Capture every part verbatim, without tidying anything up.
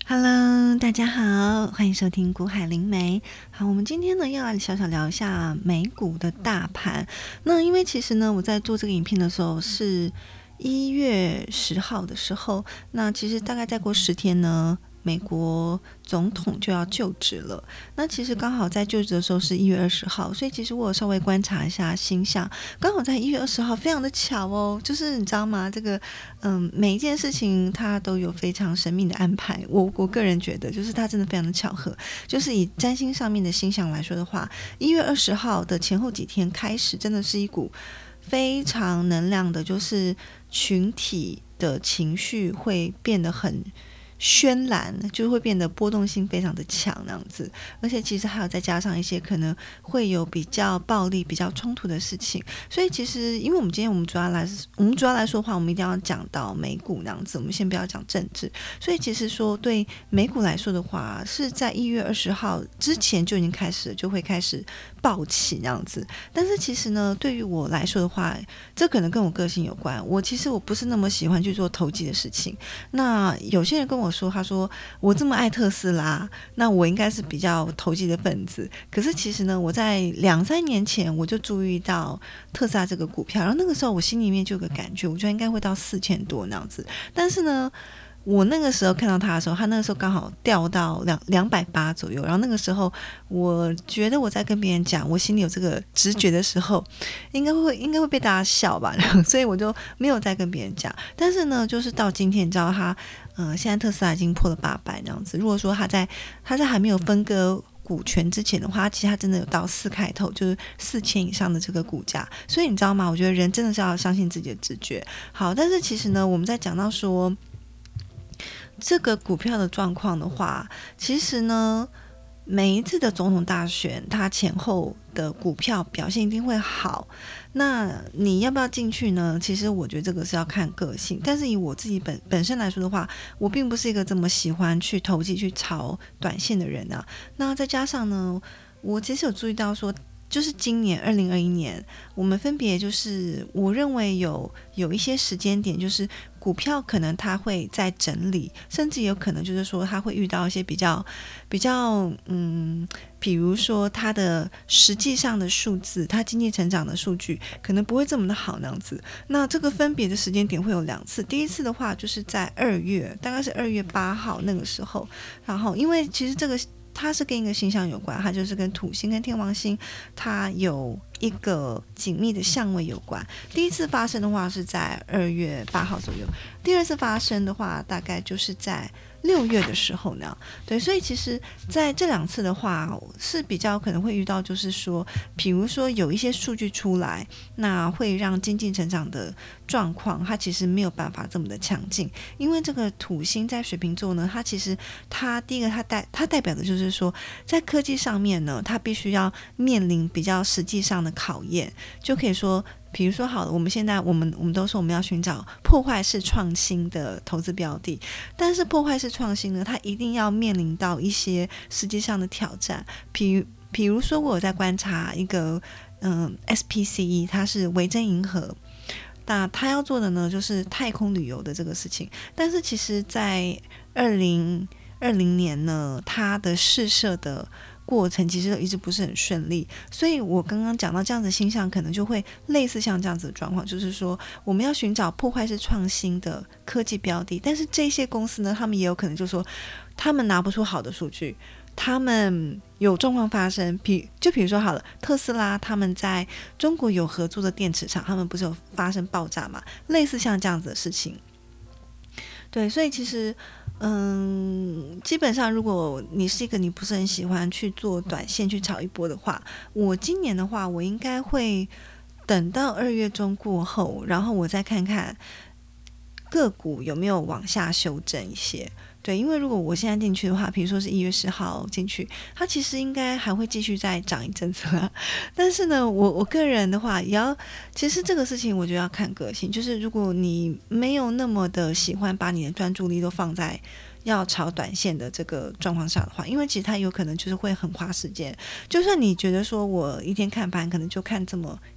Hello，大家好，欢迎收听股海灵媒。好，我们今天呢要来小小聊一下美股的大盘。那因为其实呢，我在做这个影片的时候是一月十号的时候，那其实大概再过十天呢，美国总统就要就职了。那其实刚好在就职的时候是一月二十号，所以其实我有稍微观察一下星象，刚好在一月二十号，非常的巧哦。就是你知道吗？这个嗯，每一件事情它都有非常神秘的安排。我我个人觉得，就是它真的非常的巧合。就是以占星上面的星象来说的话，一月二十号的前后几天开始，真的是一股非常能量的，就是群体的情绪会变得很渲染，就会变得波动性非常的强那样子，而且其实还有再加上一些可能会有比较暴力、比较冲突的事情。所以其实，因为我们今天我们主要来我们主要来说的话，我们一定要讲到美股那样子，我们先不要讲政治。所以其实说对美股来说的话，是在一月二十号之前就已经开始了，就会开始暴起那样子。但是其实呢，对于我来说的话，这可能跟我个性有关。我其实我不是那么喜欢去做投机的事情。那有些人跟我说，他说我这么爱特斯拉，那我应该是比较投机的分子。可是其实呢，我在两三年前我就注意到特斯拉这个股票，然后那个时候我心里面就有个感觉，我觉得应该会到四千多那样子。但是呢，我那个时候看到它的时候，它那个时候刚好掉到两两百八左右，然后那个时候我觉得我在跟别人讲，我心里有这个直觉的时候，应该会应该会被大家笑吧，然后所以我就没有再跟别人讲。但是呢，就是到今天，你知道它，呃，现在特斯拉已经破了八百那样子。如果说它在它在还没有分割股权之前的话，其实它真的有到四开头，就是四千以上的这个股价。所以你知道吗？我觉得人真的是要相信自己的直觉。好，但是其实呢，我们在讲到说这个股票的状况的话，其实呢，每一次的总统大选，它前后的股票表现一定会好。那你要不要进去呢？其实我觉得这个是要看个性。但是以我自己本本身来说的话，我并不是一个这么喜欢去投机去炒短线的人啊。那再加上呢，我其实有注意到说，就是今年二零二一年，我们分别就是我认为有有一些时间点，就是股票可能它会在整理，甚至有可能就是说它会遇到一些比较比较嗯，比如说它的实际上的数字，它经济成长的数据可能不会这么的好那样子。那这个分别的时间点会有两次，第一次的话就是在二月，大概是二月八号那个时候，然后因为其实这个它是跟一个星象有关，它就是跟土星跟天王星它有一个紧密的相位有关。第一次发生的话是在二月八号左右，第二次发生的话大概就是在六月的时候呢。对，所以其实在这两次的话是比较可能会遇到，就是说比如说有一些数据出来，那会让经济成长的状况它其实没有办法这么的强劲。因为这个土星在水瓶座呢，它其实它第一个它代它代表的就是说在科技上面呢，它必须要面临比较实际上的考验。就可以说比如说好了，我们现在我们我们都说我们要寻找破坏式创新的投资标的，但是破坏式创新呢，它一定要面临到一些实际上的挑战。比比如说我有在观察一个嗯 S P C E， 它是维珍银河，那他要做的呢就是太空旅游的这个事情。但是其实在二零二零年呢，它的试射的过程其实都一直不是很顺利，所以我刚刚讲到这样子的星象可能就会类似像这样子的状况，就是说我们要寻找破坏式创新的科技标的，但是这些公司呢，他们也有可能就是说他们拿不出好的数据，他们有状况发生，比就比如说好了，特斯拉他们在中国有合作的电池厂，他们不是有发生爆炸嘛，类似像这样子的事情。对，所以其实嗯，基本上如果你是一个你不是很喜欢去做短线去炒一波的话，我今年的话我应该会等到二月中过后，然后我再看看个股有没有往下修正一些。对，因为如果我现在进去的话，比如说是一月十号进去，它其实应该还会继续再涨一阵子啦。但是呢，我我个人的话也要，其实这个事情我觉得要看个性，就是如果你没有那么的喜欢把你的专注力都放在要炒短线的这个状况下的话，因为其实它有可能就是会很花时间。就算你觉得说我一天看盘可能就看这么一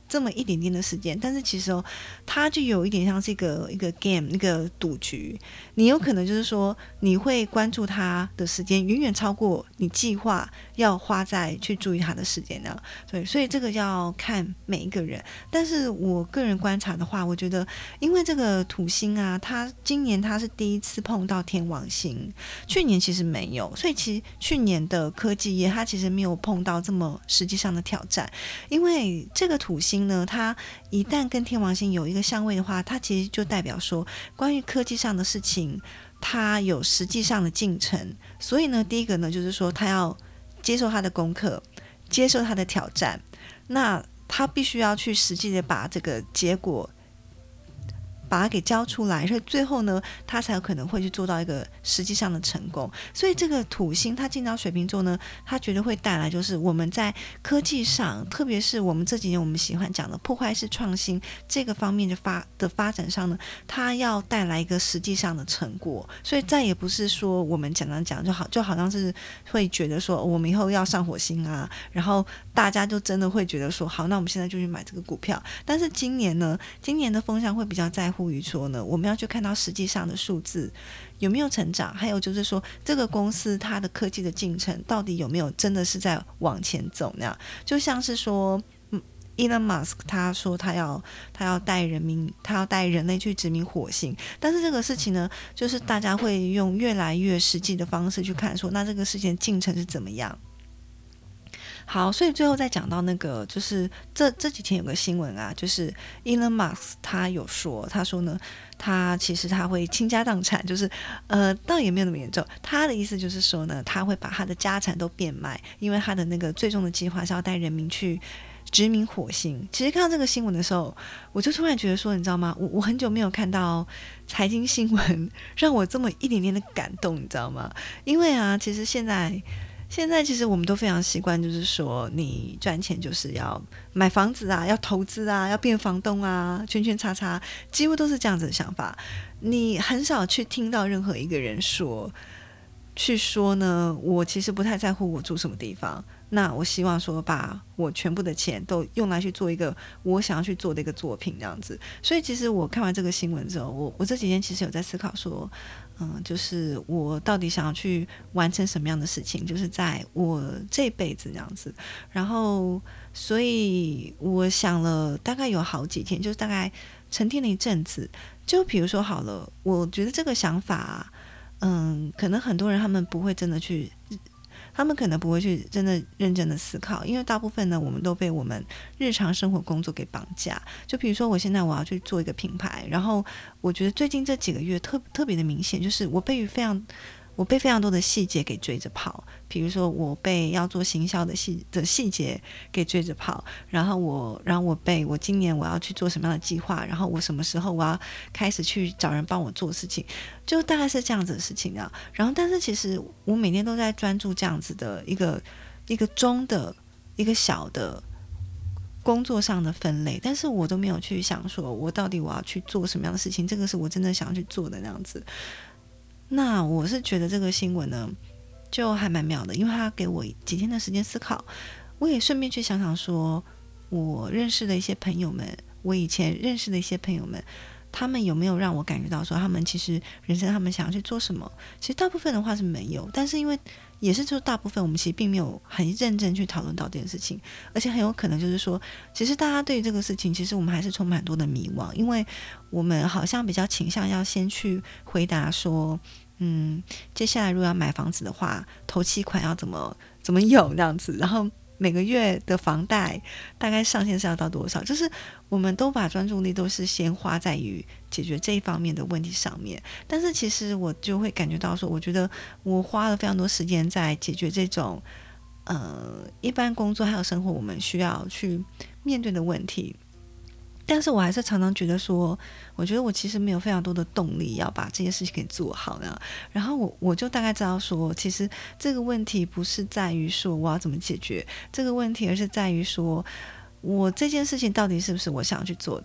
这么一点点的时间，但是其实哦，它就有一点像是一个一个 game 一个赌局，你有可能就是说你会关注它的时间远远超过你计划要花在去注意它的时间那样。对，所以这个要看每一个人，但是我个人观察的话，我觉得因为这个土星啊，它今年它是第一次碰到天王星，去年其实没有，所以其实去年的科技业它其实没有碰到这么实际上的挑战，因为这个土星呢，它一旦跟天王星有一个相位的话，它其实就代表说关于科技上的事情它有实际上的进程，所以呢第一个呢就是说他要接受他的功课，接受他的挑战，那他必须要去实际的把这个结果把它给交出来，所以最后呢他才有可能会去做到一个实际上的成功。所以这个土星它进到水瓶座呢，它绝对会带来就是我们在科技上，特别是我们这几年我们喜欢讲的破坏式创新这个方面的发的发展上呢，它要带来一个实际上的成果。所以再也不是说我们讲讲讲就好就好像是会觉得说我们以后要上火星啊，然后大家就真的会觉得说好，那我们现在就去买这个股票。但是今年呢，今年的风向会比较在乎于说呢，我们要去看到实际上的数字有没有成长，还有就是说这个公司它的科技的进程到底有没有真的是在往前走那样。就像是说Elon Musk 他说他要他要带人民他要带人类去殖民火星，但是这个事情呢，就是大家会用越来越实际的方式去看说，那这个事情的进程是怎么样。好，所以最后再讲到那个，就是这这几天有个新闻啊，就是 Elon Musk 他有说，他说呢，他其实他会倾家荡产，就是呃，倒也没有那么严重。他的意思就是说呢，他会把他的家产都变卖，因为他的那个最终的计划是要带人民去殖民火星。其实看到这个新闻的时候，我就突然觉得说，你知道吗？我我很久没有看到财经新闻让我这么一点点的感动，你知道吗？因为啊，其实现在。现在其实我们都非常习惯，就是说你赚钱就是要买房子啊，要投资啊，要变房东啊，圈圈叉叉，几乎都是这样子的想法。你很少去听到任何一个人说去说呢，我其实不太在乎我住什么地方，那我希望说把我全部的钱都用来去做一个我想要去做的一个作品这样子。所以其实我看完这个新闻之后，我我这几天其实有在思考说嗯，就是我到底想要去完成什么样的事情，就是在我这辈子这样子。然后所以我想了大概有好几天，就是大概沉淀了一阵子。就比如说好了，我觉得这个想法啊，嗯，可能很多人他们不会真的去他们可能不会去真的认真的思考，因为大部分呢我们都被我们日常生活工作给绑架。就比如说我现在我要去做一个品牌，然后我觉得最近这几个月特特别的明显，就是我被非常我被非常多的细节给追着跑。比如说我被要做行销的细的细节给追着跑，然后我然后我被我今年我要去做什么样的计划，然后我什么时候我要开始去找人帮我做事情，就大概是这样子的事情啊。然后但是其实我每天都在专注这样子的一个一个中的一个小的工作上的分类，但是我都没有去想说我到底我要去做什么样的事情，这个是我真的想要去做的那样子。那我是觉得这个新闻呢就还蛮妙的，因为他给我几天的时间思考，我也顺便去想想说我认识的一些朋友们，我以前认识的一些朋友们，他们有没有让我感觉到说他们其实人生他们想要去做什么。其实大部分的话是没有，但是因为也是说大部分我们其实并没有很认真去讨论到这件事情，而且很有可能就是说其实大家对于这个事情其实我们还是充满很多的迷惘，因为我们好像比较倾向要先去回答说嗯，接下来如果要买房子的话，头期款要怎么怎么有这样子，然后每个月的房贷大概上限是要到多少，就是我们都把专注力都是先花在于解决这一方面的问题上面。但是其实我就会感觉到说，我觉得我花了非常多时间在解决这种呃一般工作还有生活我们需要去面对的问题，但是我还是常常觉得说，我觉得我其实没有非常多的动力要把这件事情给做好呢。然后我我就大概知道说，其实这个问题不是在于说我要怎么解决这个问题，而是在于说我这件事情到底是不是我想要去做的。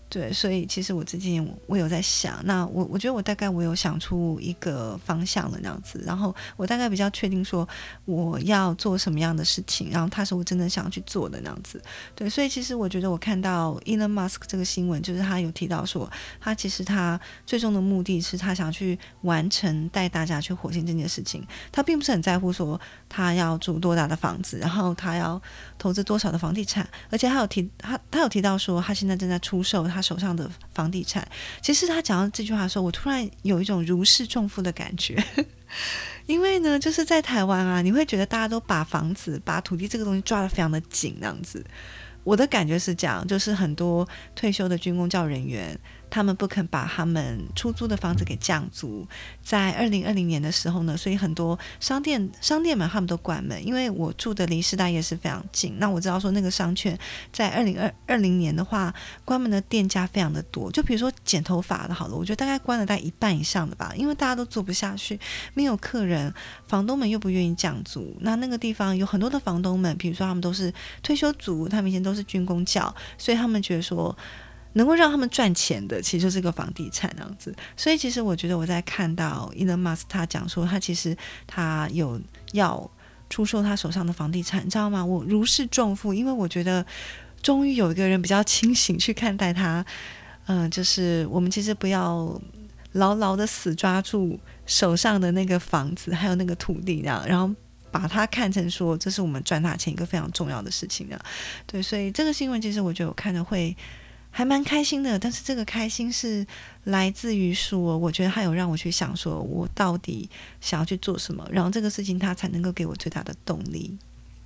对，所以其实我最近我有在想，那我我觉得我大概我有想出一个方向了那样子，然后我大概比较确定说我要做什么样的事情，然后它是我真的想要去做的那样子。对，所以其实我觉得我看到 Elon Musk 这个新闻，就是他有提到说他其实他最终的目的是他想去完成带大家去火星这件事情，他并不是很在乎说他要住多大的房子，然后他要投资多少的房地产，而且他有提他他有提到说他现在正在出售他手上的房地产。其实他讲到这句话的时候，我突然有一种如释重负的感觉因为呢就是在台湾啊，你会觉得大家都把房子把土地这个东西抓得非常的紧那样子。我的感觉是这样，就是很多退休的军公教人员，他们不肯把他们出租的房子给降租。在二零二零年的时候呢，所以很多商店商店们他们都关门，因为我住的离师大夜市非常近。那我知道说那个商圈在二零二零年的话，关门的店家非常的多。就比如说剪头发的好了，我觉得大概关了大概一半以上的吧，因为大家都做不下去，没有客人，房东们又不愿意降租。那那个地方有很多的房东们，比如说他们都是退休族，他们以前都是军公教，所以他们觉得说能够让他们赚钱的其实就是个房地产这样子。所以其实我觉得我在看到 Elon Musk 他讲说他其实他有要出售他手上的房地产，你知道吗？我如释重负，因为我觉得终于有一个人比较清醒去看待他，嗯、呃，就是我们其实不要牢牢的死抓住手上的那个房子还有那个土地这样，然后把它看成说这是我们赚大钱一个非常重要的事情。对，所以这个新闻其实我觉得我看着会还蛮开心的，但是这个开心是来自于说我觉得它有让我去想说我到底想要去做什么，然后这个事情它才能够给我最大的动力。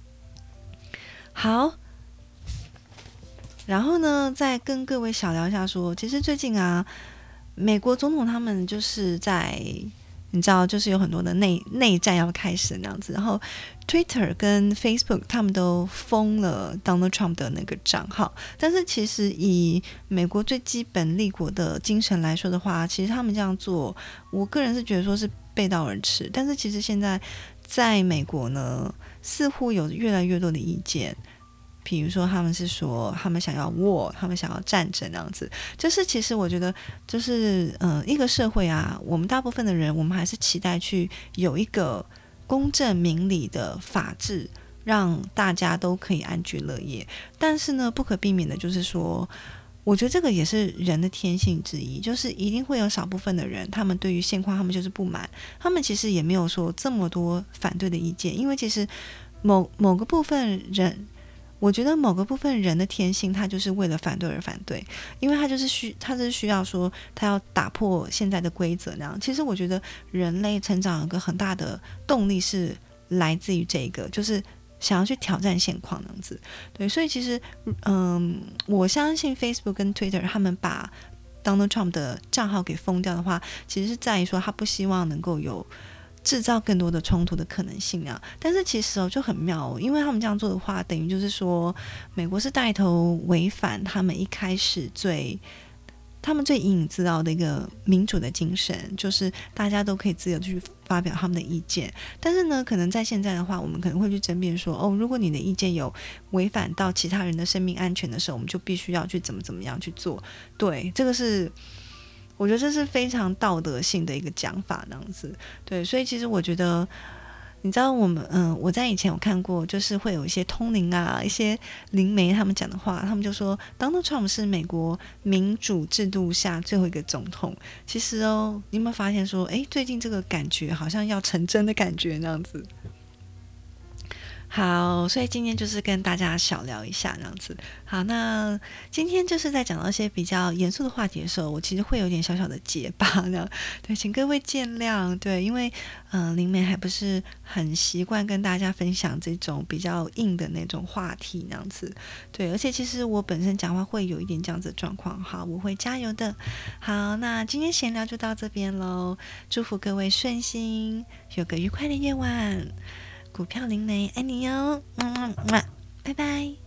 好，然后呢再跟各位小聊一下说，其实最近啊美国总统他们就是在你知道就是有很多的内内战要开始那样子，然后 Twitter 跟 Facebook 他们都封了 Donald Trump 的那个账号。但是其实以美国最基本立国的精神来说的话，其实他们这样做我个人是觉得说是背道而驰。但是其实现在在美国呢似乎有越来越多的意见，比如说他们是说他们想要 war， 他们想要战争那样子。就是其实我觉得就是呃一个社会啊，我们大部分的人我们还是期待去有一个公正明理的法治，让大家都可以安居乐业。但是呢不可避免的就是说，我觉得这个也是人的天性之一，就是一定会有少部分的人他们对于现况他们就是不满，他们其实也没有说这么多反对的意见。因为其实某某个部分人，我觉得某个部分人的天性他就是为了反对而反对，因为他就是需他就是需要说他要打破现在的规则那样。其实我觉得人类成长有个很大的动力是来自于这个，就是想要去挑战现况那样子。对，所以其实嗯，我相信 Facebook 跟 Twitter 他们把 Donald Trump 的账号给封掉的话，其实是在于说他不希望能够有制造更多的冲突的可能性啊。但是其实哦就很妙哦，因为他们这样做的话，等于就是说美国是带头违反他们一开始最他们最引以自豪的一个民主的精神，就是大家都可以自由去发表他们的意见。但是呢可能在现在的话，我们可能会去争辩说，哦，如果你的意见有违反到其他人的生命安全的时候，我们就必须要去怎么怎么样去做。对，这个是我觉得这是非常道德性的一个讲法那样子。对，所以其实我觉得你知道我们嗯，我在以前有看过，就是会有一些通灵啊一些灵媒他们讲的话，他们就说 Donald Trump 是美国民主制度下最后一个总统。其实哦你有没有发现说，诶，最近这个感觉好像要成真的感觉那样子。好，所以今天就是跟大家小聊一下这样子。好，那今天就是在讲到一些比较严肃的话题的时候，我其实会有点小小的结巴那样，对，请各位见谅。对，因为嗯、呃，灵媒还不是很习惯跟大家分享这种比较硬的那种话题那样子。对，而且其实我本身讲话会有一点这样子的状况。好，我会加油的。好，那今天闲聊就到这边咯，祝福各位顺心，有个愉快的夜晚。股票灵媒爱你哟，嗯嗯嗯，拜拜。